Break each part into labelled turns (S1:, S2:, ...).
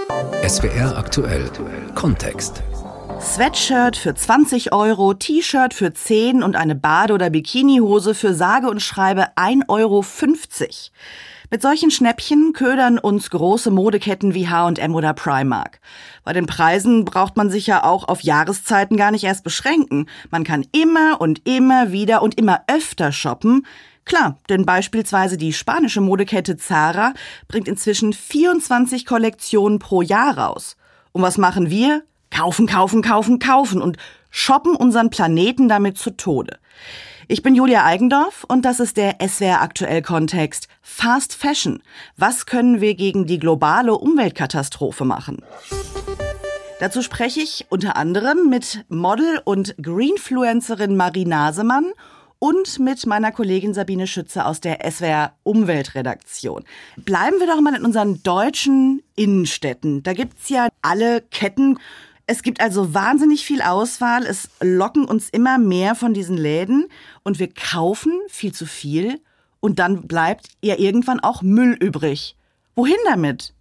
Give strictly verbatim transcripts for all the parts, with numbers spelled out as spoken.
S1: S W R aktuell Kontext.
S2: Sweatshirt für zwanzig Euro, T-Shirt für zehn und eine Bade- oder Bikinihose für sage und schreibe ein Euro fünfzig. Mit solchen Schnäppchen ködern uns große Modeketten wie H und M oder Primark. Bei den Preisen braucht man sich ja auch auf Jahreszeiten gar nicht erst beschränken. Man kann immer und immer wieder und immer öfter shoppen. Klar, denn beispielsweise die spanische Modekette Zara bringt inzwischen vierundzwanzig Kollektionen pro Jahr raus. Und was machen wir? Kaufen, kaufen, kaufen, kaufen und shoppen unseren Planeten damit zu Tode. Ich bin Julia Eigendorf und das ist der S W R aktuell Kontext Fast Fashion. Was können wir gegen die globale Umweltkatastrophe machen? Dazu spreche ich unter anderem mit Model und Greenfluencerin Marie Nasemann und mit meiner Kollegin Sabine Schütze aus der S W R Umweltredaktion. Bleiben wir doch mal in unseren deutschen Innenstädten. Da gibt's ja alle Ketten. Es gibt also wahnsinnig viel Auswahl. Es locken uns immer mehr von diesen Läden und wir kaufen viel zu viel und dann bleibt ja irgendwann auch Müll übrig. Wohin damit?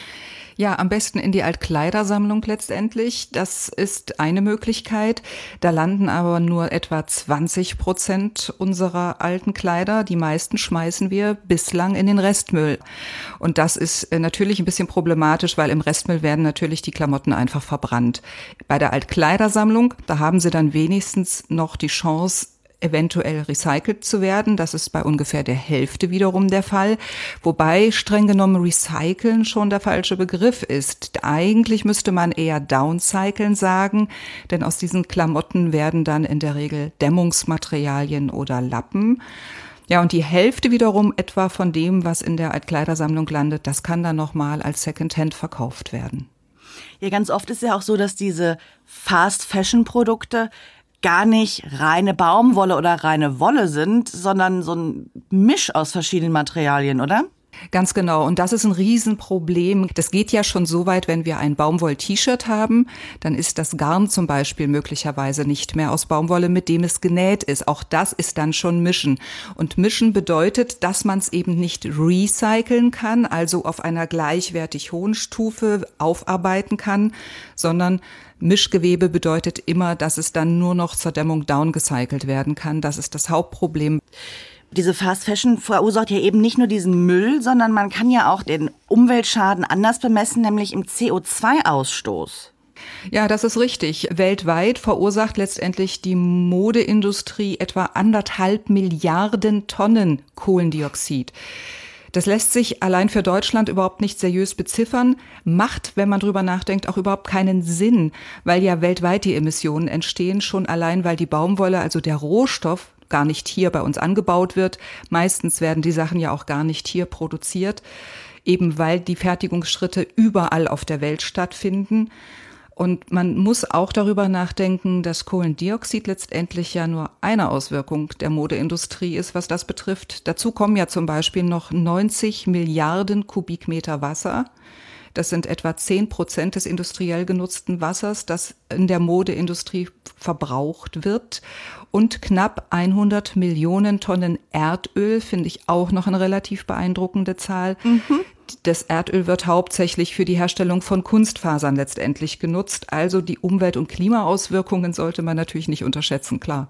S3: Ja, am besten in die Altkleidersammlung letztendlich. Das ist eine Möglichkeit. Da landen aber nur etwa zwanzig Prozent unserer alten Kleider. Die meisten schmeißen wir bislang in den Restmüll. Und das ist natürlich ein bisschen problematisch, weil im Restmüll werden natürlich die Klamotten einfach verbrannt. Bei der Altkleidersammlung, da haben sie dann wenigstens noch die Chance, eventuell recycelt zu werden. Das ist bei ungefähr der Hälfte wiederum der Fall. Wobei streng genommen recyceln schon der falsche Begriff ist. Eigentlich müsste man eher downcyclen sagen, denn aus diesen Klamotten werden dann in der Regel Dämmungsmaterialien oder Lappen. Ja, und die Hälfte wiederum etwa von dem, was in der Altkleidersammlung landet, das kann dann nochmal als Secondhand verkauft werden.
S2: Ja, ganz oft ist ja auch so, dass diese Fast-Fashion-Produkte gar nicht reine Baumwolle oder reine Wolle sind, sondern so ein Misch aus verschiedenen Materialien, oder?
S3: Ganz genau. Und das ist ein Riesenproblem. Das geht ja schon so weit, wenn wir ein Baumwoll-T-Shirt haben, dann ist das Garn zum Beispiel möglicherweise nicht mehr aus Baumwolle, mit dem es genäht ist. Auch das ist dann schon Mischen. Und Mischen bedeutet, dass man es eben nicht recyceln kann, also auf einer gleichwertig hohen Stufe aufarbeiten kann, sondern Mischgewebe bedeutet immer, dass es dann nur noch zur Dämmung downgecycelt werden kann. Das ist das Hauptproblem.
S2: Diese Fast Fashion verursacht ja eben nicht nur diesen Müll, sondern man kann ja auch den Umweltschaden anders bemessen, nämlich im C O zwei Ausstoß.
S3: Ja, das ist richtig. Weltweit verursacht letztendlich die Modeindustrie etwa anderthalb Milliarden Tonnen Kohlendioxid. Das lässt sich allein für Deutschland überhaupt nicht seriös beziffern, macht, wenn man drüber nachdenkt, auch überhaupt keinen Sinn, weil ja weltweit die Emissionen entstehen, schon allein, weil die Baumwolle, also der Rohstoff, gar nicht hier bei uns angebaut wird. Meistens werden die Sachen ja auch gar nicht hier produziert, eben weil die Fertigungsschritte überall auf der Welt stattfinden. Und man muss auch darüber nachdenken, dass Kohlendioxid letztendlich ja nur eine Auswirkung der Modeindustrie ist, was das betrifft. Dazu kommen ja zum Beispiel noch neunzig Milliarden Kubikmeter Wasser. Das sind etwa zehn Prozent des industriell genutzten Wassers, das in der Modeindustrie verbraucht wird. Und knapp hundert Millionen Tonnen Erdöl, finde ich auch noch eine relativ beeindruckende Zahl. Mhm. Das Erdöl wird hauptsächlich für die Herstellung von Kunstfasern letztendlich genutzt. Also die Umwelt- und Klimaauswirkungen sollte man natürlich nicht unterschätzen, klar.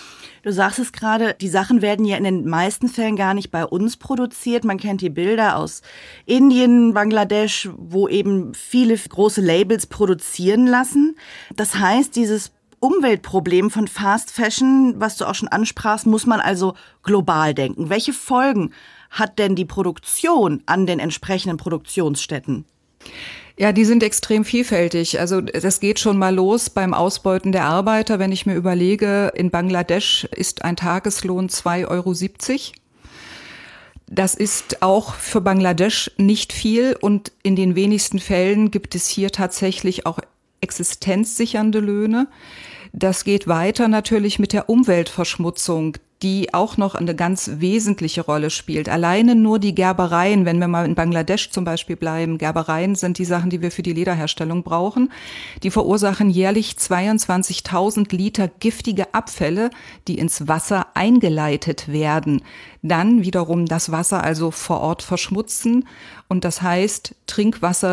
S2: Du sagst es gerade, die Sachen werden ja in den meisten Fällen gar nicht bei uns produziert. Man kennt die Bilder aus Indien, Bangladesch, wo eben viele große Labels produzieren lassen. Das heißt, dieses Umweltproblem von Fast Fashion, was du auch schon ansprachst, muss man also global denken. Welche Folgen hat denn die Produktion an den entsprechenden Produktionsstätten?
S3: Ja, die sind extrem vielfältig. Also das geht schon mal los beim Ausbeuten der Arbeiter. Wenn ich mir überlege, in Bangladesch ist ein Tageslohn zwei Euro siebzig. Das ist auch für Bangladesch nicht viel und in den wenigsten Fällen gibt es hier tatsächlich auch existenzsichernde Löhne. Das geht weiter natürlich mit der Umweltverschmutzung, die auch noch eine ganz wesentliche Rolle spielt. Alleine nur die Gerbereien, wenn wir mal in Bangladesch zum Beispiel bleiben, Gerbereien sind die Sachen, die wir für die Lederherstellung brauchen. Die verursachen jährlich zweiundzwanzigtausend Liter giftige Abfälle, die ins Wasser eingeleitet werden. Dann wiederum das Wasser also vor Ort verschmutzen und das heißt, Trinkwasser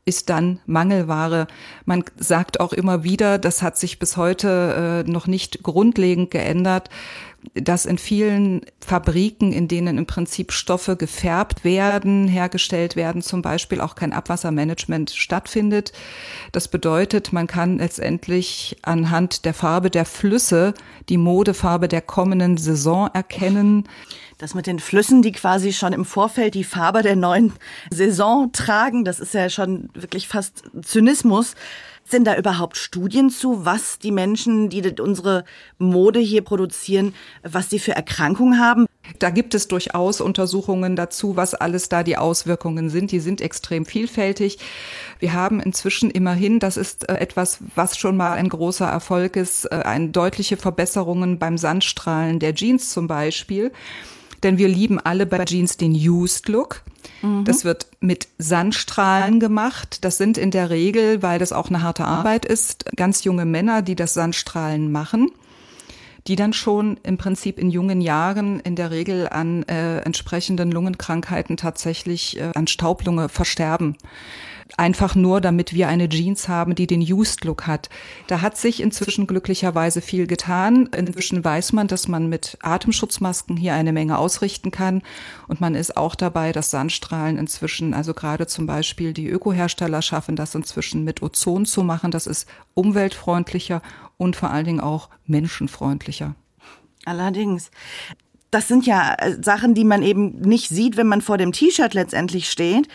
S3: ist dann Mangelware. Man sagt auch immer wieder, das hat sich bis heute äh, noch nicht grundlegend geändert, dass in vielen Fabriken, in denen im Prinzip Stoffe gefärbt werden, hergestellt werden, zum Beispiel auch kein Abwassermanagement stattfindet. Das bedeutet, man kann letztendlich anhand der Farbe der Flüsse die Modefarbe der kommenden Saison erkennen.
S2: Das mit den Flüssen, die quasi schon im Vorfeld die Farbe der neuen Saison tragen, das ist ja schon wirklich fast Zynismus. Sind da überhaupt Studien zu, was die Menschen, die unsere Mode hier produzieren, was die für Erkrankungen haben?
S3: Da gibt es durchaus Untersuchungen dazu, was alles da die Auswirkungen sind. Die sind extrem vielfältig. Wir haben inzwischen immerhin, das ist etwas, was schon mal ein großer Erfolg ist, eine deutliche Verbesserungen beim Sandstrahlen der Jeans zum Beispiel. Denn wir lieben alle bei Jeans den Used Look. Mhm. Das wird mit Sandstrahlen gemacht. Das sind in der Regel, weil das auch eine harte Arbeit ist, ganz junge Männer, die das Sandstrahlen machen, die dann schon im Prinzip in jungen Jahren in der Regel an äh, entsprechenden Lungenkrankheiten tatsächlich äh, an Staublunge versterben. Einfach nur, damit wir eine Jeans haben, die den Used Look hat. Da hat sich inzwischen glücklicherweise viel getan. Inzwischen weiß man, dass man mit Atemschutzmasken hier eine Menge ausrichten kann. Und man ist auch dabei, dass Sandstrahlen inzwischen, also gerade zum Beispiel die Ökohersteller schaffen das inzwischen mit Ozon zu machen. Das ist umweltfreundlicher und vor allen Dingen auch menschenfreundlicher.
S2: Allerdings. Das sind ja Sachen, die man eben nicht sieht, wenn man vor dem T-Shirt letztendlich steht.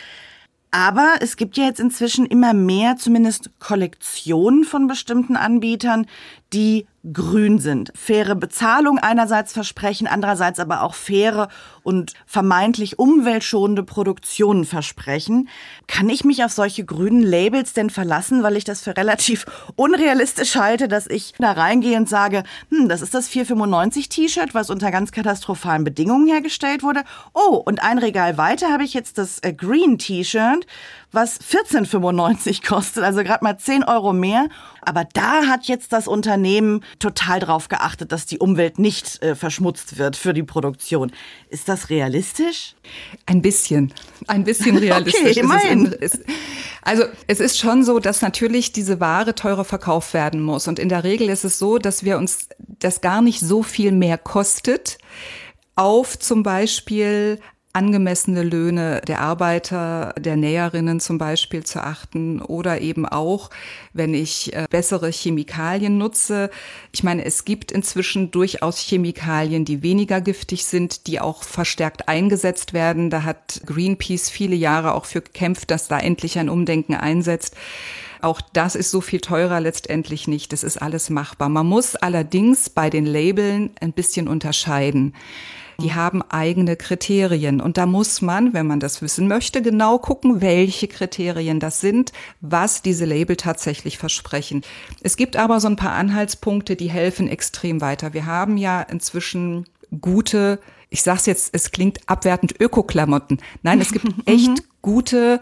S2: Aber es gibt ja jetzt inzwischen immer mehr, zumindest Kollektionen von bestimmten Anbietern, die grün sind. Faire Bezahlung einerseits versprechen, andererseits aber auch faire und vermeintlich umweltschonende Produktionen versprechen. Kann ich mich auf solche grünen Labels denn verlassen, weil ich das für relativ unrealistisch halte, dass ich da reingehe und sage, hm, das ist das vier fünfundneunzig T-Shirt, was unter ganz katastrophalen Bedingungen hergestellt wurde. Oh, und ein Regal weiter habe ich jetzt das äh, Green T-Shirt, was vierzehn fünfundneunzig kostet, also gerade mal zehn Euro mehr. Aber da hat jetzt das Unternehmen total drauf geachtet, dass die Umwelt nicht äh, verschmutzt wird für die Produktion. Ist das realistisch?
S3: Ein bisschen. Ein bisschen realistisch.
S2: Okay, immerhin.
S3: Ist es, ist, also es ist schon so, dass natürlich diese Ware teurer verkauft werden muss. Und in der Regel ist es so, dass wir uns das gar nicht so viel mehr kostet, auf zum Beispiel angemessene Löhne der Arbeiter, der Näherinnen zum Beispiel zu achten oder eben auch, wenn ich äh, bessere Chemikalien nutze. Ich meine, es gibt inzwischen durchaus Chemikalien, die weniger giftig sind, die auch verstärkt eingesetzt werden. Da hat Greenpeace viele Jahre auch für gekämpft, dass da endlich ein Umdenken einsetzt. Auch das ist so viel teurer letztendlich nicht. Das ist alles machbar. Man muss allerdings bei den Labeln ein bisschen unterscheiden. Die haben eigene Kriterien und da muss man, wenn man das wissen möchte, genau gucken, welche Kriterien das sind, was diese Label tatsächlich versprechen. Es gibt aber so ein paar Anhaltspunkte, die helfen extrem weiter. Wir haben ja inzwischen gute, ich sag's jetzt, es klingt abwertend, Ökoklamotten. Nein, es gibt echt gute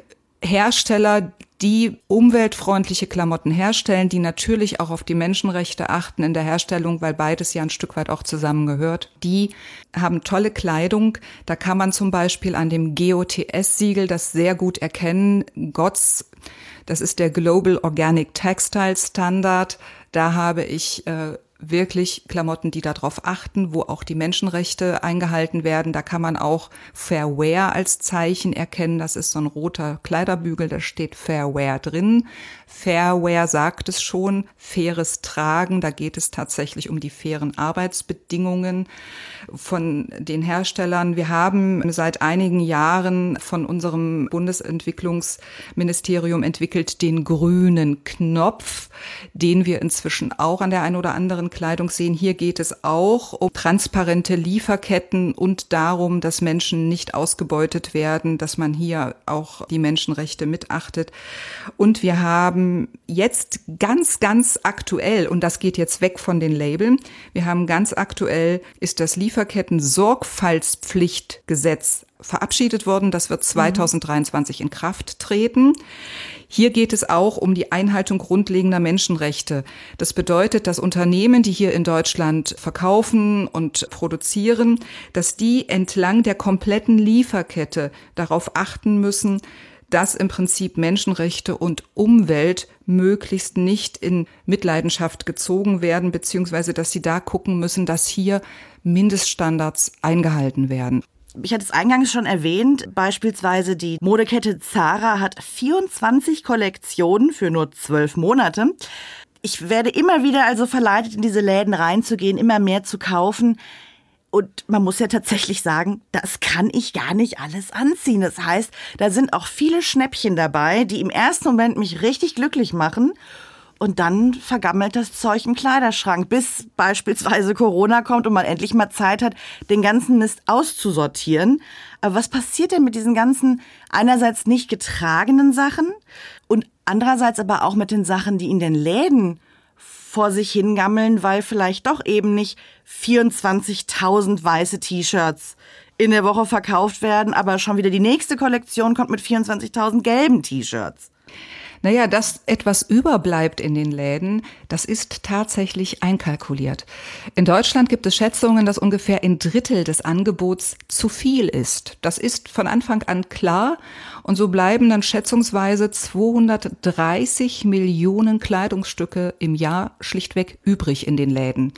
S3: Hersteller, die umweltfreundliche Klamotten herstellen, die natürlich auch auf die Menschenrechte achten in der Herstellung, weil beides ja ein Stück weit auch zusammengehört. Die haben tolle Kleidung. Da kann man zum Beispiel an dem G O T S-Siegel das sehr gut erkennen. G O T S, das ist der Global Organic Textile Standard. Da habe ich äh, wirklich Klamotten, die darauf achten, wo auch die Menschenrechte eingehalten werden. Da kann man auch Fair Wear als Zeichen erkennen. Das ist so ein roter Kleiderbügel, da steht Fair Wear drin. Fair Wear sagt es schon, faires Tragen. Da geht es tatsächlich um die fairen Arbeitsbedingungen von den Herstellern. Wir haben seit einigen Jahren von unserem Bundesentwicklungsministerium entwickelt den grünen Knopf, den wir inzwischen auch an der einen oder anderen Kleidung sehen. Hier geht es auch um transparente Lieferketten und darum, dass Menschen nicht ausgebeutet werden, dass man hier auch die Menschenrechte mitachtet. Und wir haben jetzt ganz, ganz aktuell, und das geht jetzt weg von den Labeln, wir haben ganz aktuell, ist das Lieferketten-Sorgfaltspflichtgesetz verabschiedet worden. Das wird zweitausenddreiundzwanzig in Kraft treten. Hier geht es auch um die Einhaltung grundlegender Menschenrechte. Das bedeutet, dass Unternehmen, die hier in Deutschland verkaufen und produzieren, dass die entlang der kompletten Lieferkette darauf achten müssen, dass im Prinzip Menschenrechte und Umwelt möglichst nicht in Mitleidenschaft gezogen werden, beziehungsweise dass sie da gucken müssen, dass hier Mindeststandards eingehalten werden.
S2: Ich hatte es eingangs schon erwähnt, beispielsweise die Modekette Zara hat vierundzwanzig Kollektionen für nur zwölf Monate. Ich werde immer wieder also verleitet, in diese Läden reinzugehen, immer mehr zu kaufen. Und man muss ja tatsächlich sagen, das kann ich gar nicht alles anziehen. Das heißt, da sind auch viele Schnäppchen dabei, die im ersten Moment mich richtig glücklich machen. Und dann vergammelt das Zeug im Kleiderschrank, bis beispielsweise Corona kommt und man endlich mal Zeit hat, den ganzen Mist auszusortieren. Aber was passiert denn mit diesen ganzen einerseits nicht getragenen Sachen und andererseits aber auch mit den Sachen, die in den Läden vor sich hingammeln, weil vielleicht doch eben nicht vierundzwanzigtausend weiße T-Shirts in der Woche verkauft werden, aber schon wieder die nächste Kollektion kommt mit vierundzwanzigtausend gelben T-Shirts.
S3: Naja, dass etwas überbleibt in den Läden, das ist tatsächlich einkalkuliert. In Deutschland gibt es Schätzungen, dass ungefähr ein Drittel des Angebots zu viel ist. Das ist von Anfang an klar und so bleiben dann schätzungsweise zweihundertdreißig Millionen Kleidungsstücke im Jahr schlichtweg übrig in den Läden.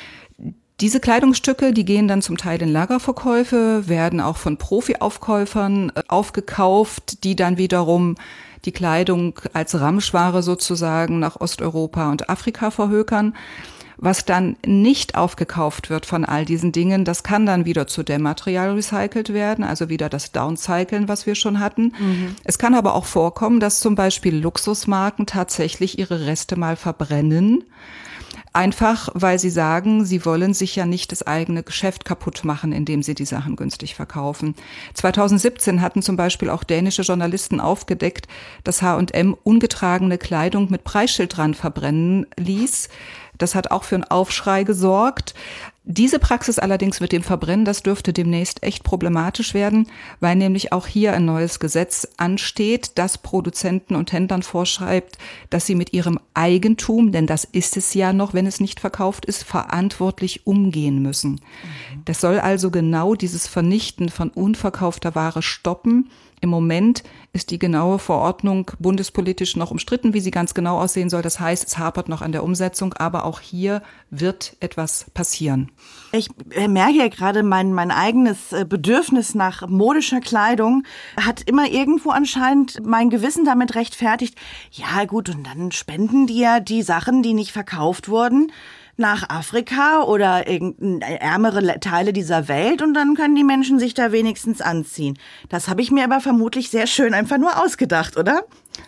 S3: Diese Kleidungsstücke, die gehen dann zum Teil in Lagerverkäufe, werden auch von Profi-Aufkäufern aufgekauft, die dann wiederum die Kleidung als Ramschware sozusagen nach Osteuropa und Afrika verhökern. Was dann nicht aufgekauft wird von all diesen Dingen, das kann dann wieder zu Dämmmaterial recycelt werden, also wieder das Downcyclen, was wir schon hatten. Mhm. Es kann aber auch vorkommen, dass zum Beispiel Luxusmarken tatsächlich ihre Reste mal verbrennen. Einfach, weil sie sagen, sie wollen sich ja nicht das eigene Geschäft kaputt machen, indem sie die Sachen günstig verkaufen. zweitausendsiebzehn hatten zum Beispiel auch dänische Journalisten aufgedeckt, dass H und M ungetragene Kleidung mit Preisschild dran verbrennen ließ. Das hat auch für einen Aufschrei gesorgt. Diese Praxis allerdings mit dem Verbrennen, das dürfte demnächst echt problematisch werden, weil nämlich auch hier ein neues Gesetz ansteht, das Produzenten und Händlern vorschreibt, dass sie mit ihrem Eigentum, denn das ist es ja noch, wenn es nicht verkauft ist, verantwortlich umgehen müssen. Mhm. Das soll also genau dieses Vernichten von unverkaufter Ware stoppen. Im Moment ist die genaue Verordnung bundespolitisch noch umstritten, wie sie ganz genau aussehen soll. Das heißt, es hapert noch an der Umsetzung, aber auch hier wird etwas passieren.
S2: Ich merke ja gerade, mein, mein eigenes Bedürfnis nach modischer Kleidung hat immer irgendwo anscheinend mein Gewissen damit rechtfertigt. Ja gut, und dann spenden die ja die Sachen, die nicht verkauft wurden, nach Afrika oder irgendeine ärmere Teile dieser Welt und dann können die Menschen sich da wenigstens anziehen. Das habe ich mir aber vermutlich sehr schön einfach nur ausgedacht, oder?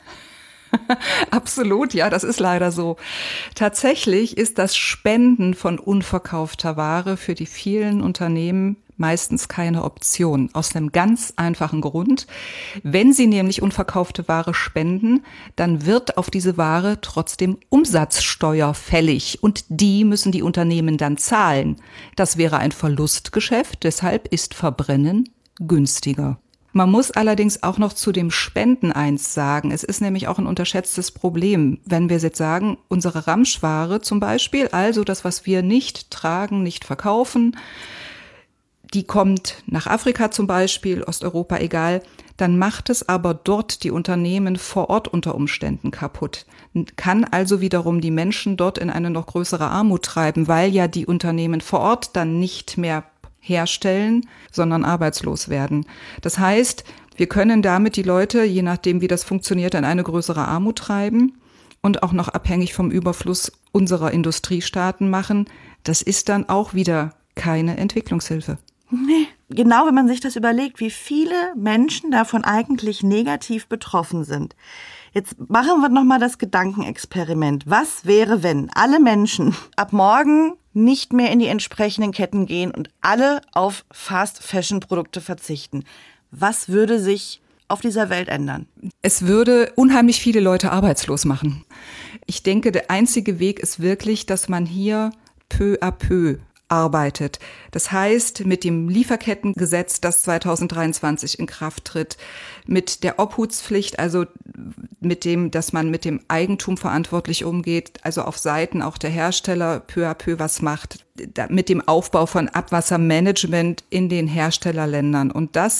S3: Absolut, ja, das ist leider so. Tatsächlich ist das Spenden von unverkaufter Ware für die vielen Unternehmen meistens keine Option. Aus einem ganz einfachen Grund. Wenn sie nämlich unverkaufte Ware spenden, dann wird auf diese Ware trotzdem Umsatzsteuer fällig und die müssen die Unternehmen dann zahlen. Das wäre ein Verlustgeschäft, deshalb ist Verbrennen günstiger. Man muss allerdings auch noch zu dem Spenden eins sagen. Es ist nämlich auch ein unterschätztes Problem. Wenn wir jetzt sagen, unsere Ramschware zum Beispiel, also das, was wir nicht tragen, nicht verkaufen, die kommt nach Afrika zum Beispiel, Osteuropa, egal, dann macht es aber dort die Unternehmen vor Ort unter Umständen kaputt. Kann also wiederum die Menschen dort in eine noch größere Armut treiben, weil ja die Unternehmen vor Ort dann nicht mehr herstellen, sondern arbeitslos werden. Das heißt, wir können damit die Leute, je nachdem wie das funktioniert, in eine größere Armut treiben und auch noch abhängig vom Überfluss unserer Industriestaaten machen. Das ist dann auch wieder keine Entwicklungshilfe.
S2: Nee, genau, wenn man sich das überlegt, wie viele Menschen davon eigentlich negativ betroffen sind. Jetzt machen wir nochmal das Gedankenexperiment. Was wäre, wenn alle Menschen ab morgen nicht mehr in die entsprechenden Ketten gehen und alle auf Fast-Fashion-Produkte verzichten? Was würde sich auf dieser Welt ändern?
S3: Es würde unheimlich viele Leute arbeitslos machen. Ich denke, der einzige Weg ist wirklich, dass man hier peu à peu arbeitet. Das heißt, mit dem Lieferkettengesetz, das zweitausenddreiundzwanzig in Kraft tritt, mit der Obhutspflicht, also mit dem, dass man mit dem Eigentum verantwortlich umgeht, also auf Seiten auch der Hersteller peu à peu was macht, mit dem Aufbau von Abwassermanagement in den Herstellerländern. Und das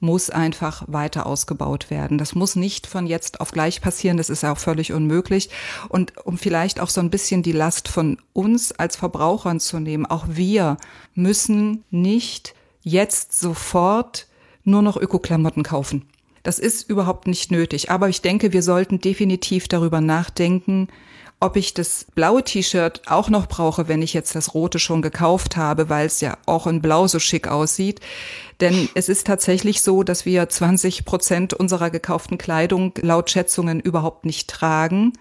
S3: muss einfach weiter ausgebaut werden. Das muss nicht von jetzt auf gleich passieren, das ist ja auch völlig unmöglich. Und um vielleicht auch so ein bisschen die Last von uns als Verbrauchern zu nehmen, auch wir müssen nicht jetzt sofort nur noch Ökoklamotten kaufen. Das ist überhaupt nicht nötig. Aber ich denke, wir sollten definitiv darüber nachdenken, ob ich das blaue T-Shirt auch noch brauche, wenn ich jetzt das rote schon gekauft habe, weil es ja auch in Blau so schick aussieht. Denn es ist tatsächlich so, dass wir zwanzig Prozent unserer gekauften Kleidung laut Schätzungen überhaupt nicht tragen.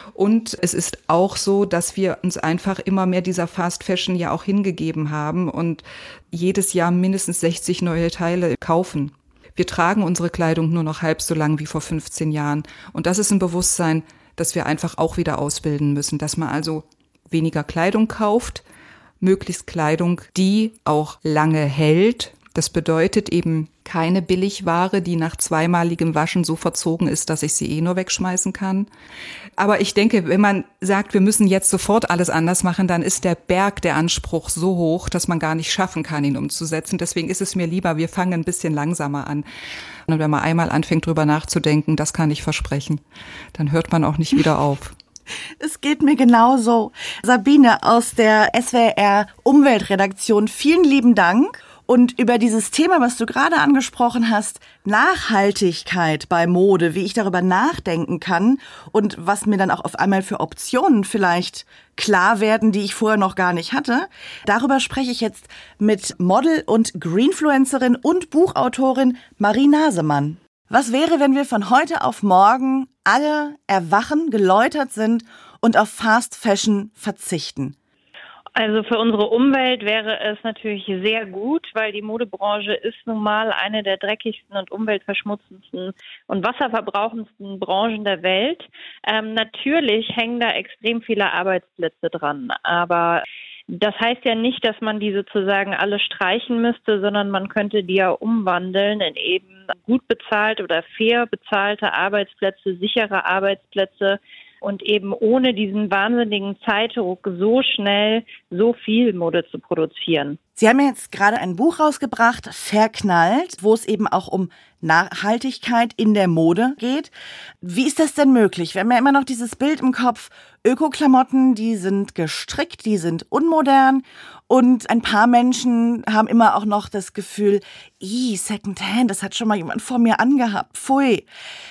S3: Und es ist auch so, dass wir uns einfach immer mehr dieser Fast Fashion ja auch hingegeben haben und jedes Jahr mindestens sechzig neue Teile kaufen. Wir tragen unsere Kleidung nur noch halb so lang wie vor fünfzehn Jahren. Und das ist ein Bewusstsein, dass wir einfach auch wieder ausbilden müssen, dass man also weniger Kleidung kauft, möglichst Kleidung, die auch lange hält. Das bedeutet eben keine Billigware, die nach zweimaligem Waschen so verzogen ist, dass ich sie eh nur wegschmeißen kann. Aber ich denke, wenn man sagt, wir müssen jetzt sofort alles anders machen, dann ist der Berg der Anspruch so hoch, dass man gar nicht schaffen kann, ihn umzusetzen. Deswegen ist es mir lieber, wir fangen ein bisschen langsamer an. Und wenn man einmal anfängt, drüber nachzudenken, das kann ich versprechen, dann hört man auch nicht wieder auf.
S2: Es geht mir genauso. Sabine aus der S W R Umweltredaktion, vielen lieben Dank. Und über dieses Thema, was du gerade angesprochen hast, Nachhaltigkeit bei Mode, wie ich darüber nachdenken kann und was mir dann auch auf einmal für Optionen vielleicht klar werden, die ich vorher noch gar nicht hatte. Darüber spreche ich jetzt mit Model und Greenfluencerin und Buchautorin Marie Nasemann. Was wäre, wenn wir von heute auf morgen alle erwachen, geläutert sind und auf Fast Fashion verzichten?
S4: Also für unsere Umwelt wäre es natürlich sehr gut, weil die Modebranche ist nun mal eine der dreckigsten und umweltverschmutzendsten und wasserverbrauchendsten Branchen der Welt. Ähm, natürlich hängen da extrem viele Arbeitsplätze dran, aber das heißt ja nicht, dass man die sozusagen alle streichen müsste, sondern man könnte die ja umwandeln in eben gut bezahlte oder fair bezahlte Arbeitsplätze, sichere Arbeitsplätze, und eben ohne diesen wahnsinnigen Zeitdruck so schnell so viel Mode zu produzieren.
S2: Sie haben ja jetzt gerade ein Buch rausgebracht, Verknallt, wo es eben auch um Nachhaltigkeit in der Mode geht. Wie ist das denn möglich? Wir haben ja immer noch dieses Bild im Kopf, Ökoklamotten, die sind gestrickt, die sind unmodern und ein paar Menschen haben immer auch noch das Gefühl, ih, Secondhand, das hat schon mal jemand vor mir angehabt, pfui.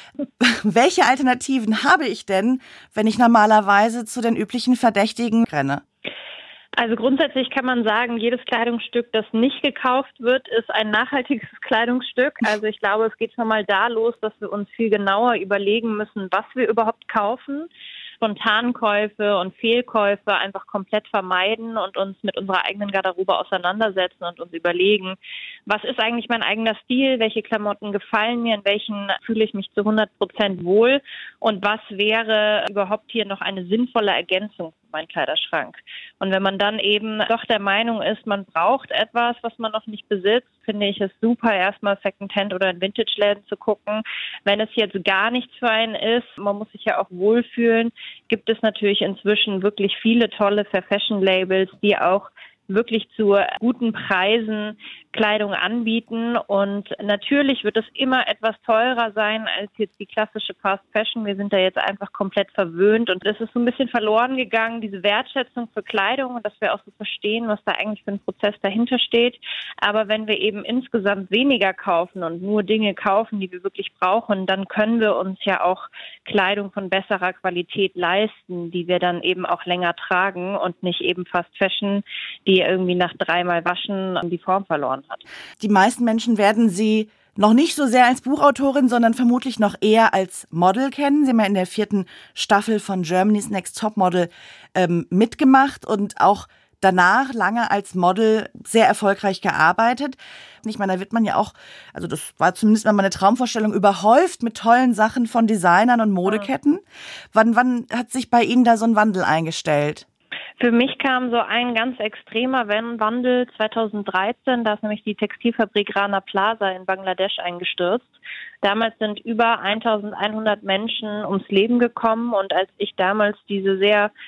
S2: Welche Alternativen habe ich denn, wenn ich normalerweise zu den üblichen Verdächtigen renne?
S4: Also grundsätzlich kann man sagen, jedes Kleidungsstück, das nicht gekauft wird, ist ein nachhaltiges Kleidungsstück. Also ich glaube, es geht schon mal da los, dass wir uns viel genauer überlegen müssen, was wir überhaupt kaufen. Spontankäufe und Fehlkäufe einfach komplett vermeiden und uns mit unserer eigenen Garderobe auseinandersetzen und uns überlegen, was ist eigentlich mein eigener Stil, welche Klamotten gefallen mir, in welchen fühle ich mich zu hundert Prozent wohl und was wäre überhaupt hier noch eine sinnvolle Ergänzung für meinen Kleiderschrank. Und wenn man dann eben doch der Meinung ist, man braucht etwas, was man noch nicht besitzt, finde ich es super, erstmal Secondhand oder in Vintage-Läden zu gucken. Wenn es jetzt gar nichts für einen ist, man muss sich ja auch wohlfühlen, gibt es natürlich inzwischen wirklich viele tolle Fair-Fashion-Labels, die auch wirklich zu guten Preisen Kleidung anbieten. Und natürlich wird es immer etwas teurer sein als jetzt die klassische Fast Fashion. Wir sind da jetzt einfach komplett verwöhnt und es ist so ein bisschen verloren gegangen, diese Wertschätzung für Kleidung und dass wir auch so verstehen, was da eigentlich für ein Prozess dahinter steht. Aber wenn wir eben insgesamt weniger kaufen und nur Dinge kaufen, die wir wirklich brauchen, dann können wir uns ja auch Kleidung von besserer Qualität leisten, die wir dann eben auch länger tragen und nicht eben Fast Fashion, die irgendwie nach dreimal Waschen die Form verloren hat.
S2: Die meisten Menschen werden Sie noch nicht so sehr als Buchautorin, sondern vermutlich noch eher als Model kennen. Sie haben ja in der vierten Staffel von Germany's Next Topmodel ähm, mitgemacht und auch danach lange als Model sehr erfolgreich gearbeitet. Ich meine, da wird man ja auch, also das war zumindest mal meine Traumvorstellung, überhäuft mit tollen Sachen von Designern und Modeketten. Wann, wann hat sich bei Ihnen da so ein Wandel eingestellt?
S4: Für mich kam so ein ganz extremer Wandel zweitausenddreizehn, da ist nämlich die Textilfabrik Rana Plaza in Bangladesch eingestürzt. Damals sind über eintausendeinhundert Menschen ums Leben gekommen und als ich damals diese sehr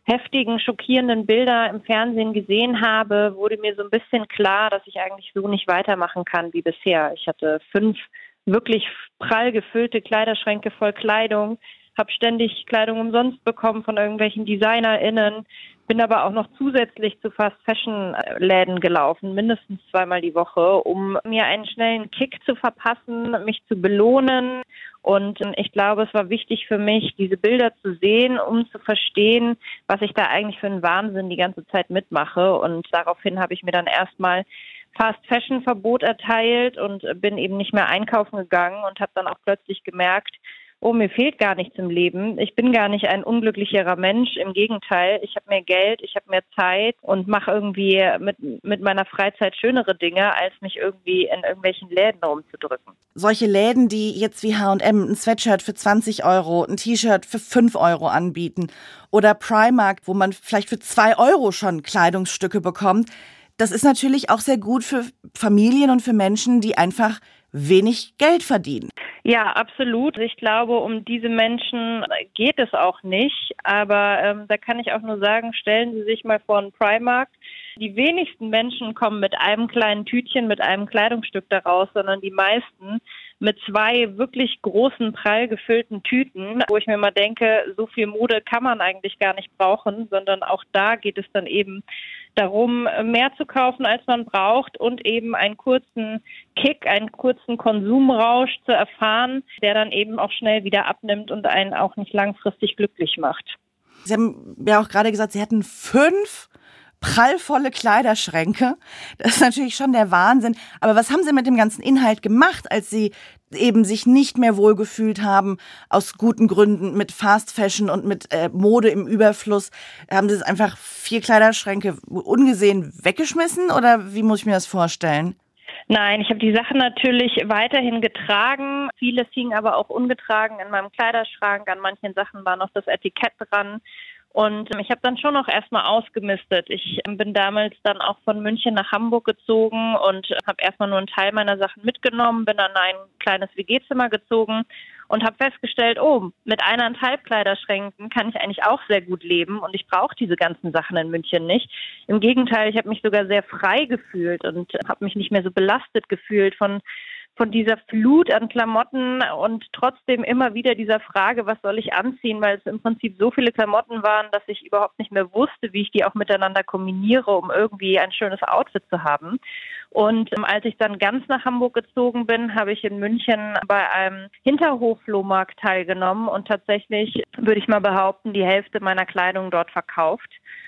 S4: heftigen, schockierenden Bilder im Fernsehen gesehen habe, wurde mir so ein bisschen klar, dass ich eigentlich so nicht weitermachen kann wie bisher. Ich hatte fünf wirklich prall gefüllte Kleiderschränke voll Kleidung, habe ständig Kleidung umsonst bekommen von irgendwelchen DesignerInnen, bin aber auch noch zusätzlich zu Fast-Fashion-Läden gelaufen, mindestens zweimal die Woche, um mir einen schnellen Kick zu verpassen, mich zu belohnen. Und ich glaube, es war wichtig für mich, diese Bilder zu sehen, um zu verstehen, was ich da eigentlich für einen Wahnsinn die ganze Zeit mitmache. Und daraufhin habe ich mir dann erstmal Fast-Fashion-Verbot erteilt und bin eben nicht mehr einkaufen gegangen und habe dann auch plötzlich gemerkt, oh, mir fehlt gar nichts im Leben. Ich bin gar nicht ein unglücklicherer Mensch. Im Gegenteil, ich habe mehr Geld, ich habe mehr Zeit und mache irgendwie mit, mit meiner Freizeit schönere Dinge, als mich irgendwie in irgendwelchen Läden rumzudrücken.
S2: Solche Läden, die jetzt wie H und M ein Sweatshirt für zwanzig Euro, ein T-Shirt für fünf Euro anbieten oder Primark, wo man vielleicht für zwei Euro schon Kleidungsstücke bekommt, das ist natürlich auch sehr gut für Familien und für Menschen, die einfach wenig Geld verdienen.
S4: Ja, absolut. Ich glaube, um diese Menschen geht es auch nicht. Aber ähm, da kann ich auch nur sagen, stellen Sie sich mal vor einen Primark. Die wenigsten Menschen kommen mit einem kleinen Tütchen, mit einem Kleidungsstück daraus, sondern die meisten mit zwei wirklich großen, prall gefüllten Tüten, wo ich mir mal denke, so viel Mode kann man eigentlich gar nicht brauchen, sondern auch da geht es dann eben darum, mehr zu kaufen, als man braucht und eben einen kurzen Kick, einen kurzen Konsumrausch zu erfahren, der dann eben auch schnell wieder abnimmt und einen auch nicht langfristig glücklich macht.
S2: Sie haben ja auch gerade gesagt, Sie hatten fünf prallvolle Kleiderschränke. Das ist natürlich schon der Wahnsinn. Aber was haben Sie mit dem ganzen Inhalt gemacht, als Sie eben sich nicht mehr wohlgefühlt haben, aus guten Gründen, mit Fast Fashion und mit äh, Mode im Überfluss? Haben Sie es einfach vier Kleiderschränke ungesehen weggeschmissen oder wie muss ich mir das vorstellen?
S4: Nein, ich habe die Sachen natürlich weiterhin getragen. Vieles hing aber auch ungetragen in meinem Kleiderschrank. An manchen Sachen war noch das Etikett dran. Und ich habe dann schon noch erstmal ausgemistet. Ich bin damals dann auch von München nach Hamburg gezogen und habe erstmal nur einen Teil meiner Sachen mitgenommen, bin dann in ein kleines W G-Zimmer gezogen und habe festgestellt, oh, mit eineinhalb Kleiderschränken kann ich eigentlich auch sehr gut leben und ich brauche diese ganzen Sachen in München nicht. Im Gegenteil, ich habe mich sogar sehr frei gefühlt und habe mich nicht mehr so belastet gefühlt von von dieser Flut an Klamotten und trotzdem immer wieder dieser Frage, was soll ich anziehen, weil es im Prinzip so viele Klamotten waren, dass ich überhaupt nicht mehr wusste, wie ich die auch miteinander kombiniere, um irgendwie ein schönes Outfit zu haben. Und ähm, als ich dann ganz nach Hamburg gezogen bin, habe ich in München bei einem Hinterhof-Flohmarkt teilgenommen und tatsächlich, würde ich mal behaupten, die Hälfte meiner Kleidung dort verkauft.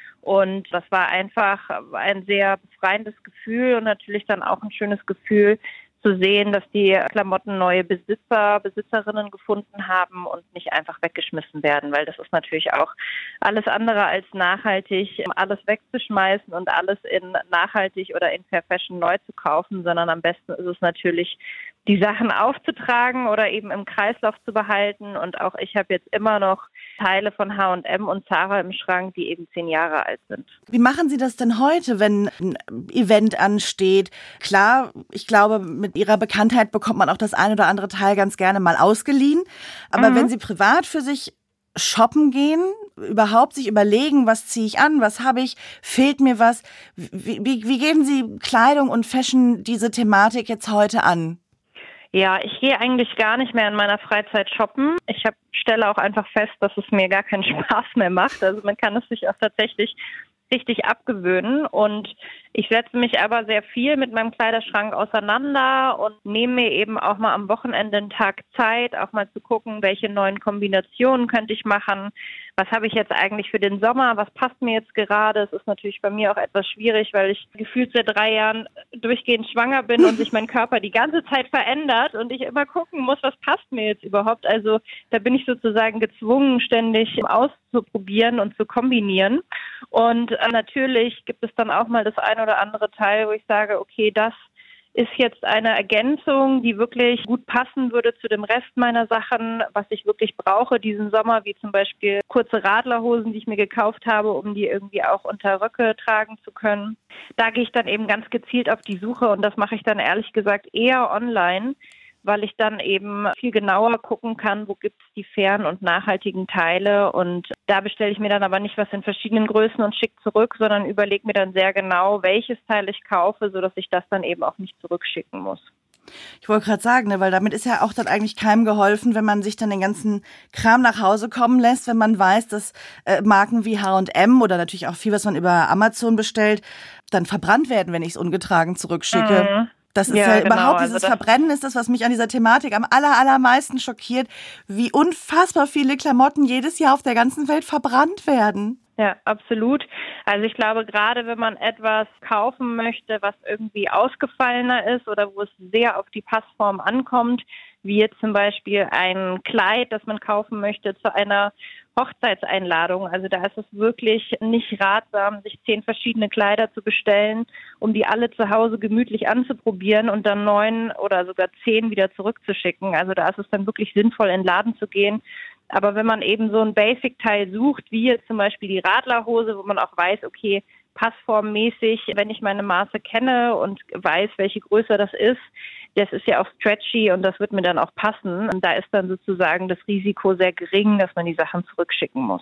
S4: Und das war einfach ein sehr befreiendes Gefühl und natürlich dann auch ein schönes Gefühl, zu sehen, dass die Klamotten neue Besitzer, Besitzerinnen gefunden haben und nicht einfach weggeschmissen werden, weil das ist natürlich auch alles andere als nachhaltig, alles wegzuschmeißen und alles in nachhaltig oder in Fair Fashion neu zu kaufen, sondern am besten ist es natürlich, die Sachen aufzutragen oder eben im Kreislauf zu behalten. Und auch ich habe jetzt immer noch Teile von H und M und Zara im Schrank, die eben zehn Jahre alt sind.
S2: Wie machen Sie das denn heute, wenn ein Event ansteht? Klar, ich glaube, mit Ihrer Bekanntheit bekommt man auch das ein oder andere Teil ganz gerne mal ausgeliehen. Aber mhm. wenn Sie privat für sich shoppen gehen, überhaupt sich überlegen, was ziehe ich an, was habe ich, fehlt mir was, wie, wie, wie gehen Sie Kleidung und Fashion diese Thematik jetzt heute an?
S4: Ja, ich gehe eigentlich gar nicht mehr in meiner Freizeit shoppen. Ich hab, stelle auch einfach fest, dass es mir gar keinen Spaß mehr macht. Also man kann es sich auch tatsächlich richtig abgewöhnen. Und ich setze mich aber sehr viel mit meinem Kleiderschrank auseinander und nehme mir eben auch mal am Wochenende einen Tag Zeit, auch mal zu gucken, welche neuen Kombinationen könnte ich machen. Was habe ich jetzt eigentlich für den Sommer? Was passt mir jetzt gerade? Es ist natürlich bei mir auch etwas schwierig, weil ich gefühlt seit drei Jahren durchgehend schwanger bin und sich mein Körper die ganze Zeit verändert und ich immer gucken muss, was passt mir jetzt überhaupt. Also da bin ich sozusagen gezwungen, ständig auszuprobieren und zu kombinieren. Und natürlich gibt es dann auch mal das ein oder andere Teil, wo ich sage, okay, das ist jetzt eine Ergänzung, die wirklich gut passen würde zu dem Rest meiner Sachen, was ich wirklich brauche diesen Sommer, wie zum Beispiel kurze Radlerhosen, die ich mir gekauft habe, um die irgendwie auch unter Röcke tragen zu können. Da gehe ich dann eben ganz gezielt auf die Suche und das mache ich dann ehrlich gesagt eher online, weil ich dann eben viel genauer gucken kann, wo gibt es die fairen und nachhaltigen Teile. Und da bestelle ich mir dann aber nicht was in verschiedenen Größen und schicke zurück, sondern überlege mir dann sehr genau, welches Teil ich kaufe, sodass ich das dann eben auch nicht zurückschicken muss.
S2: Ich wollte gerade sagen, ne, weil damit ist ja auch dann eigentlich keinem geholfen, wenn man sich dann den ganzen Kram nach Hause kommen lässt, wenn man weiß, dass äh, Marken wie H und M oder natürlich auch viel, was man über Amazon bestellt, dann verbrannt werden, wenn ich es ungetragen zurückschicke. Mhm. Das ist ja, ja genau. überhaupt, dieses also Verbrennen ist das, was mich an dieser Thematik am aller, allermeisten schockiert, wie unfassbar viele Klamotten jedes Jahr auf der ganzen Welt verbrannt werden.
S4: Ja, absolut. Also ich glaube, gerade wenn man etwas kaufen möchte, was irgendwie ausgefallener ist oder wo es sehr auf die Passform ankommt, wie jetzt zum Beispiel ein Kleid, das man kaufen möchte zu einer Hochzeitseinladung. Also da ist es wirklich nicht ratsam, sich zehn verschiedene Kleider zu bestellen, um die alle zu Hause gemütlich anzuprobieren und dann neun oder sogar zehn wieder zurückzuschicken. Also da ist es dann wirklich sinnvoll, in den Laden zu gehen. Aber wenn man eben so ein Basic-Teil sucht, wie jetzt zum Beispiel die Radlerhose, wo man auch weiß, okay, passformmäßig, wenn ich meine Maße kenne und weiß, welche Größe das ist, das ist ja auch stretchy und das wird mir dann auch passen. Und da ist dann sozusagen das Risiko sehr gering, dass man die Sachen zurückschicken muss.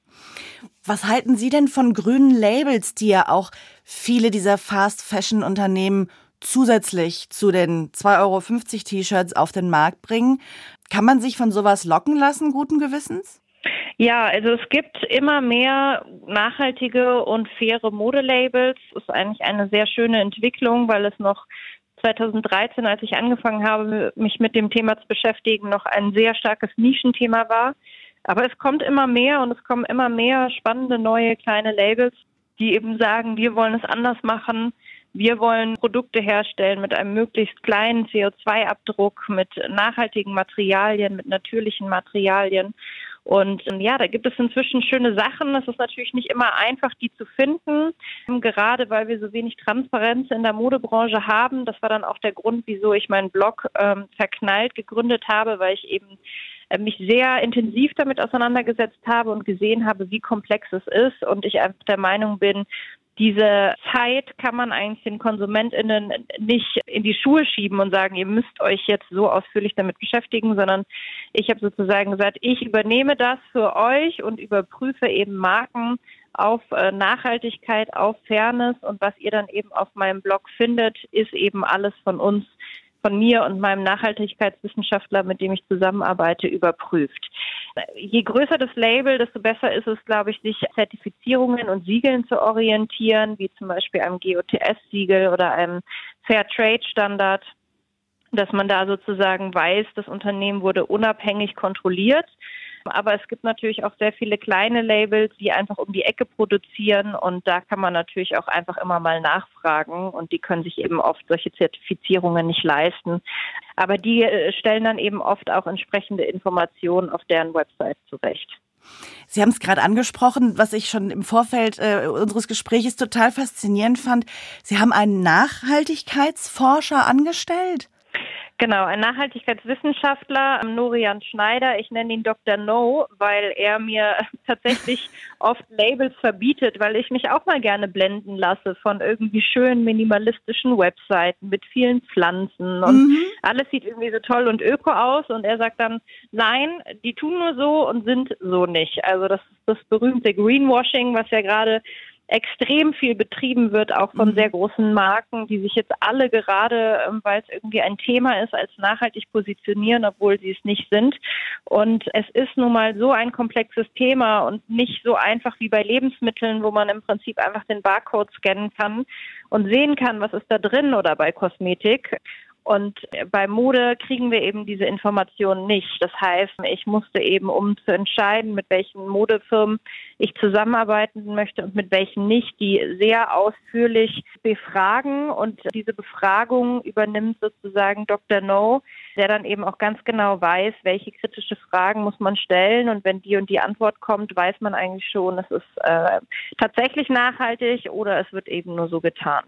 S2: Was halten Sie denn von grünen Labels, die ja auch viele dieser Fast-Fashion-Unternehmen zusätzlich zu den zwei Euro fünfzig T-Shirts auf den Markt bringen? Kann man sich von sowas locken lassen, guten Gewissens?
S4: Ja, also es gibt immer mehr nachhaltige und faire Modelabels. Das ist eigentlich eine sehr schöne Entwicklung, weil es noch zweitausenddreizehn, als ich angefangen habe, mich mit dem Thema zu beschäftigen, noch ein sehr starkes Nischenthema war. Aber es kommt immer mehr und es kommen immer mehr spannende neue kleine Labels, die eben sagen, wir wollen es anders machen. Wir wollen Produkte herstellen mit einem möglichst kleinen C O zwei Abdruck, mit nachhaltigen Materialien, mit natürlichen Materialien. Und ja, da gibt es inzwischen schöne Sachen. Es ist natürlich nicht immer einfach, die zu finden, gerade weil wir so wenig Transparenz in der Modebranche haben. Das war dann auch der Grund, wieso ich meinen Blog ähm, Verknallt gegründet habe, weil ich eben äh, mich sehr intensiv damit auseinandergesetzt habe und gesehen habe, wie komplex es ist. Und ich einfach der Meinung bin, diese Zeit kann man eigentlich den KonsumentInnen nicht in die Schuhe schieben und sagen, ihr müsst euch jetzt so ausführlich damit beschäftigen, sondern ich habe sozusagen gesagt, ich übernehme das für euch und überprüfe eben Marken auf Nachhaltigkeit, auf Fairness und was ihr dann eben auf meinem Blog findet, ist eben alles von uns, von mir und meinem Nachhaltigkeitswissenschaftler, mit dem ich zusammenarbeite, überprüft. Je größer das Label, desto besser ist es, glaube ich, sich Zertifizierungen und Siegeln zu orientieren, wie zum Beispiel einem G O T S-Siegel oder einem Fairtrade-Standard, dass man da sozusagen weiß, das Unternehmen wurde unabhängig kontrolliert. Aber es gibt natürlich auch sehr viele kleine Labels, die einfach um die Ecke produzieren und da kann man natürlich auch einfach immer mal nachfragen und die können sich eben oft solche Zertifizierungen nicht leisten. Aber die stellen dann eben oft auch entsprechende Informationen auf deren Website zurecht.
S2: Sie haben es gerade angesprochen, was ich schon im Vorfeld äh, unseres Gesprächs total faszinierend fand. Sie haben einen Nachhaltigkeitsforscher angestellt.
S4: Genau, ein Nachhaltigkeitswissenschaftler, Norian Schneider. Ich nenne ihn Doktor No, weil er mir tatsächlich oft Labels verbietet, weil ich mich auch mal gerne blenden lasse von irgendwie schönen minimalistischen Webseiten mit vielen Pflanzen und mhm. alles sieht irgendwie so toll und öko aus und er sagt dann, nein, die tun nur so und sind so nicht. Also das ist das berühmte Greenwashing, was ja gerade extrem viel betrieben wird, auch von sehr großen Marken, die sich jetzt alle gerade, weil es irgendwie ein Thema ist, als nachhaltig positionieren, obwohl sie es nicht sind. Und es ist nun mal so ein komplexes Thema und nicht so einfach wie bei Lebensmitteln, wo man im Prinzip einfach den Barcode scannen kann und sehen kann, was ist da drin oder bei Kosmetik. Und bei Mode kriegen wir eben diese Informationen nicht. Das heißt, ich musste eben, um zu entscheiden, mit welchen Modefirmen ich zusammenarbeiten möchte und mit welchen nicht, die sehr ausführlich befragen. Und diese Befragung übernimmt sozusagen Doktor No, der dann eben auch ganz genau weiß, welche kritische Fragen muss man stellen. Und wenn die und die Antwort kommt, weiß man eigentlich schon, es ist äh, tatsächlich nachhaltig oder es wird eben nur so getan.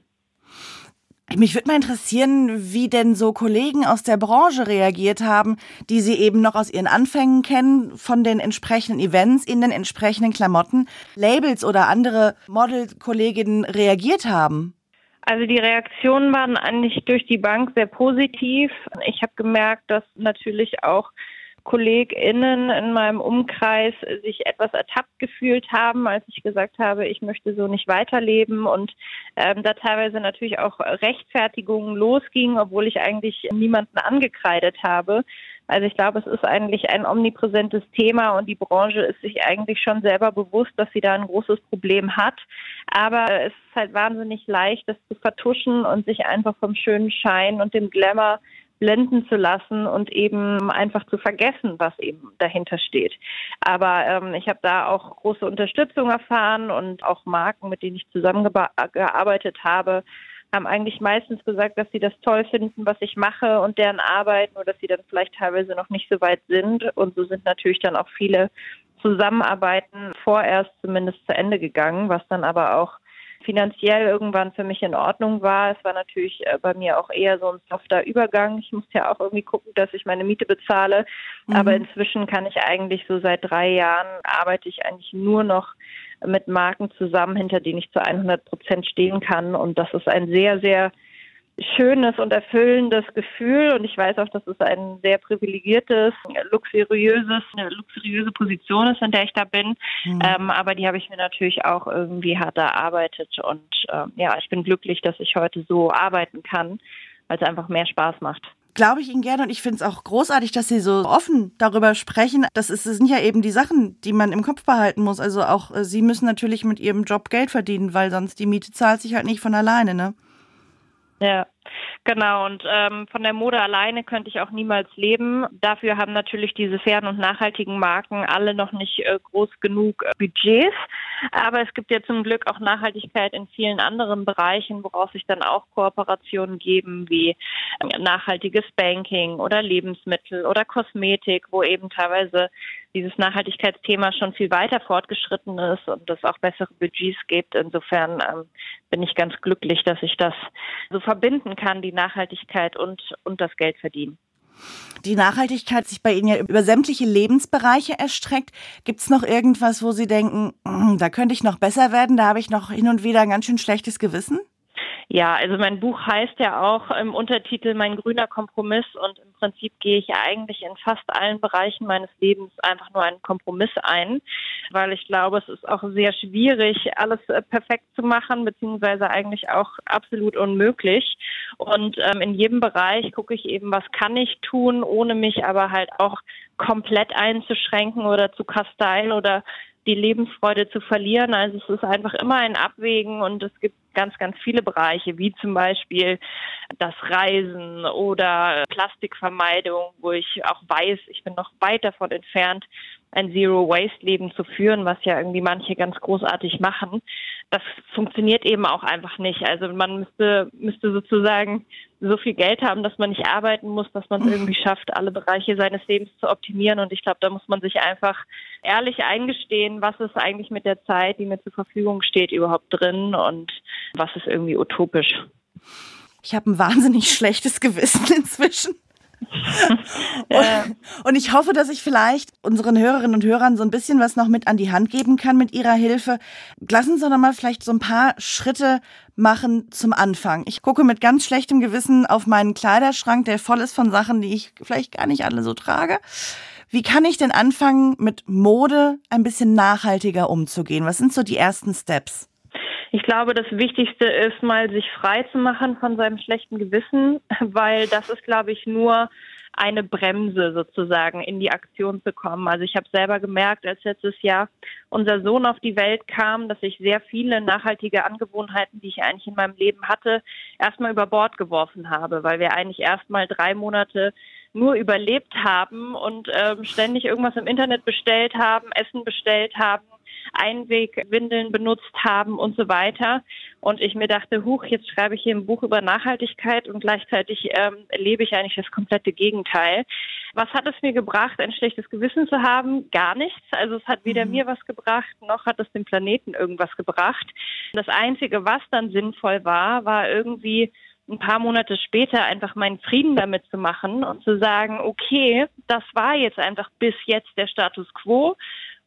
S2: Mich würde mal interessieren, wie denn so Kollegen aus der Branche reagiert haben, die Sie eben noch aus Ihren Anfängen kennen, von den entsprechenden Events in den entsprechenden Klamotten, Labels oder andere Model-Kolleginnen reagiert haben.
S4: Also die Reaktionen waren eigentlich durch die Bank sehr positiv. Ich habe gemerkt, dass natürlich auch KollegInnen in meinem Umkreis sich etwas ertappt gefühlt haben, als ich gesagt habe, ich möchte so nicht weiterleben und ähm, da teilweise natürlich auch Rechtfertigungen losgingen, obwohl ich eigentlich niemanden angekreidet habe. Also ich glaube, es ist eigentlich ein omnipräsentes Thema und die Branche ist sich eigentlich schon selber bewusst, dass sie da ein großes Problem hat. Aber es ist halt wahnsinnig leicht, das zu vertuschen und sich einfach vom schönen Schein und dem Glamour blenden zu lassen und eben einfach zu vergessen, was eben dahinter steht. Aber ähm, ich habe da auch große Unterstützung erfahren und auch Marken, mit denen ich zusammengearbeitet habe, haben eigentlich meistens gesagt, dass sie das toll finden, was ich mache und deren Arbeit, nur dass sie dann vielleicht teilweise noch nicht so weit sind. Und so sind natürlich dann auch viele Zusammenarbeiten vorerst zumindest zu Ende gegangen, was dann aber auch finanziell irgendwann für mich in Ordnung war. Es war natürlich bei mir auch eher so ein softer Übergang. Ich musste ja auch irgendwie gucken, dass ich meine Miete bezahle. Mhm. Aber inzwischen kann ich eigentlich so seit drei Jahren arbeite ich eigentlich nur noch mit Marken zusammen, hinter denen ich zu hundert Prozent stehen kann. Und das ist ein sehr, sehr schönes und erfüllendes Gefühl. Und ich weiß auch, dass es ein sehr privilegiertes, luxuriöses, eine luxuriöse Position ist, in der ich da bin. Mhm. Ähm, aber die habe ich mir natürlich auch irgendwie hart erarbeitet. Und ähm, ja, ich bin glücklich, dass ich heute so arbeiten kann, weil es einfach mehr Spaß macht.
S2: Glaube ich Ihnen gerne und ich finde es auch großartig, dass Sie so offen darüber sprechen. Das, ist, das sind ja eben die Sachen, die man im Kopf behalten muss. Also auch äh, Sie müssen natürlich mit Ihrem Job Geld verdienen, weil sonst die Miete zahlt sich halt nicht von alleine, ne?
S4: Ja, genau. Und ähm, von der Mode alleine könnte ich auch niemals leben. Dafür haben natürlich diese fairen und nachhaltigen Marken alle noch nicht äh, groß genug äh, Budgets. Aber es gibt ja zum Glück auch Nachhaltigkeit in vielen anderen Bereichen, woraus sich dann auch Kooperationen geben, wie äh, nachhaltiges Banking oder Lebensmittel oder Kosmetik, wo eben teilweise dieses Nachhaltigkeitsthema schon viel weiter fortgeschritten ist und es auch bessere Budgets gibt. Insofern ähm, bin ich ganz glücklich, dass ich das so verbinden kann, die Nachhaltigkeit und, und das Geld verdienen.
S2: Die Nachhaltigkeit sich bei Ihnen ja über sämtliche Lebensbereiche erstreckt. Gibt es noch irgendwas, wo Sie denken, da könnte ich noch besser werden, da habe ich noch hin und wieder ein ganz schön schlechtes Gewissen?
S4: Ja, also mein Buch heißt ja auch im Untertitel Mein grüner Kompromiss und im Prinzip gehe ich ja eigentlich in fast allen Bereichen meines Lebens einfach nur einen Kompromiss ein, weil ich glaube, es ist auch sehr schwierig, alles perfekt zu machen, beziehungsweise eigentlich auch absolut unmöglich. Und ähm, in jedem Bereich gucke ich eben, was kann ich tun, ohne mich aber halt auch komplett einzuschränken oder zu kasteien oder die Lebensfreude zu verlieren. Also es ist einfach immer ein Abwägen und es gibt ganz, ganz viele Bereiche, wie zum Beispiel das Reisen oder Plastikvermeidung, wo ich auch weiß, ich bin noch weit davon entfernt, ein Zero-Waste-Leben zu führen, was ja irgendwie manche ganz großartig machen. Das funktioniert eben auch einfach nicht. Also man müsste, müsste sozusagen so viel Geld haben, dass man nicht arbeiten muss, dass man es irgendwie schafft, alle Bereiche seines Lebens zu optimieren. Und ich glaube, da muss man sich einfach ehrlich eingestehen, was ist eigentlich mit der Zeit, die mir zur Verfügung steht, überhaupt drin und was ist irgendwie utopisch.
S2: Ich habe ein wahnsinnig schlechtes Gewissen inzwischen.
S4: Ja.
S2: Und, und ich hoffe, dass ich vielleicht unseren Hörerinnen und Hörern so ein bisschen was noch mit an die Hand geben kann mit Ihrer Hilfe. Lassen Sie doch mal vielleicht so ein paar Schritte machen zum Anfang. Ich gucke mit ganz schlechtem Gewissen auf meinen Kleiderschrank, der voll ist von Sachen, die ich vielleicht gar nicht alle so trage. Wie kann ich denn anfangen, mit Mode ein bisschen nachhaltiger umzugehen? Was sind so die ersten Steps?
S4: Ich glaube, das Wichtigste ist mal, sich frei zu machen von seinem schlechten Gewissen, weil das ist, glaube ich, nur eine Bremse sozusagen, in die Aktion zu kommen. Also ich habe selber gemerkt, als letztes Jahr unser Sohn auf die Welt kam, dass ich sehr viele nachhaltige Angewohnheiten, die ich eigentlich in meinem Leben hatte, erstmal über Bord geworfen habe, weil wir eigentlich erstmal drei Monate nur überlebt haben und ähm, ständig irgendwas im Internet bestellt haben, Essen bestellt haben, Einwegwindeln benutzt haben und so weiter. Und ich mir dachte, huch, jetzt schreibe ich hier ein Buch über Nachhaltigkeit und gleichzeitig ähm, erlebe ich eigentlich das komplette Gegenteil. Was hat es mir gebracht, ein schlechtes Gewissen zu haben? Gar nichts. Also es hat weder mhm. mir was gebracht, noch hat es dem Planeten irgendwas gebracht. Das Einzige, was dann sinnvoll war, war irgendwie ein paar Monate später einfach meinen Frieden damit zu machen und zu sagen, okay, das war jetzt einfach bis jetzt der Status quo.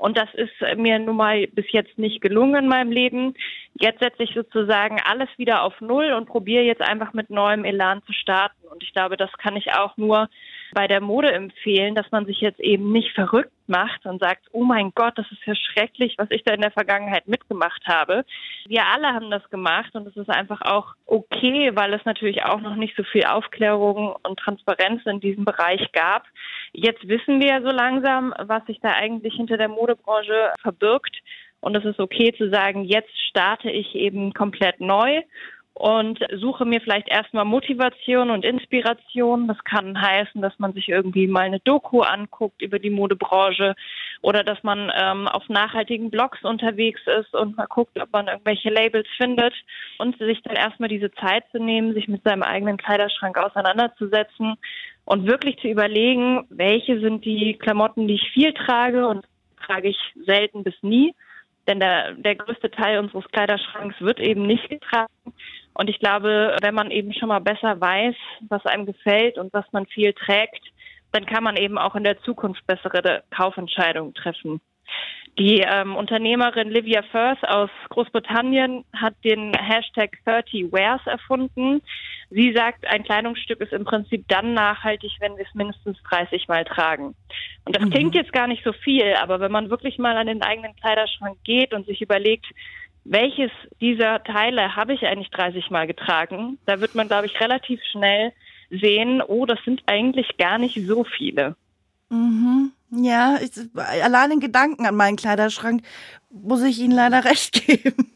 S4: Und das ist mir nun mal bis jetzt nicht gelungen in meinem Leben. Jetzt setze ich sozusagen alles wieder auf Null und probiere jetzt einfach mit neuem Elan zu starten. Und ich glaube, das kann ich auch nur bei der Mode empfehlen, dass man sich jetzt eben nicht verrückt macht und sagt, oh mein Gott, das ist ja schrecklich, was ich da in der Vergangenheit mitgemacht habe. Wir alle haben das gemacht und es ist einfach auch okay, weil es natürlich auch noch nicht so viel Aufklärung und Transparenz in diesem Bereich gab. Jetzt wissen wir ja so langsam, was sich da eigentlich hinter der Modebranche verbirgt. Und es ist okay zu sagen, jetzt starte ich eben komplett neu und suche mir vielleicht erstmal Motivation und Inspiration. Das kann heißen, dass man sich irgendwie mal eine Doku anguckt über die Modebranche oder dass man ähm, auf nachhaltigen Blogs unterwegs ist und mal guckt, ob man irgendwelche Labels findet und sich dann erstmal diese Zeit zu nehmen, sich mit seinem eigenen Kleiderschrank auseinanderzusetzen und wirklich zu überlegen, welche sind die Klamotten, die ich viel trage und trage ich selten bis nie. Denn der, der größte Teil unseres Kleiderschranks wird eben nicht getragen. Und ich glaube, wenn man eben schon mal besser weiß, was einem gefällt und was man viel trägt, dann kann man eben auch in der Zukunft bessere Kaufentscheidungen treffen. Die ähm, Unternehmerin Livia Firth aus Großbritannien hat den Hashtag thirty wears erfunden. Sie sagt, ein Kleidungsstück ist im Prinzip dann nachhaltig, wenn wir es mindestens dreißig Mal tragen. Und das mhm. klingt jetzt gar nicht so viel, aber wenn man wirklich mal an den eigenen Kleiderschrank geht und sich überlegt, welches dieser Teile habe ich eigentlich dreißig Mal getragen, da wird man, glaube ich, relativ schnell sehen, oh, das sind eigentlich gar nicht so viele.
S2: Mhm. Ja, ich, allein in Gedanken an meinen Kleiderschrank muss ich Ihnen leider recht geben.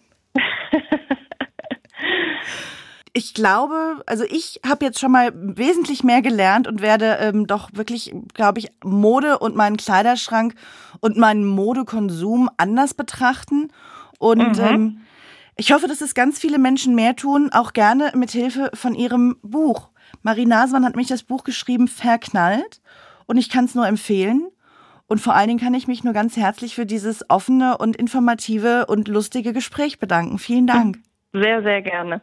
S2: Ich glaube, also ich habe jetzt schon mal wesentlich mehr gelernt und werde ähm, doch wirklich, glaube ich, Mode und meinen Kleiderschrank und meinen Modekonsum anders betrachten. Und mhm. ähm, ich hoffe, dass es ganz viele Menschen mehr tun, auch gerne mit Hilfe von Ihrem Buch. Marie Nasemann hat mich das Buch geschrieben, Verknallt. Und ich kann es nur empfehlen. Und vor allen Dingen kann ich mich nur ganz herzlich für dieses offene und informative und lustige Gespräch bedanken. Vielen Dank.
S4: Sehr, sehr gerne.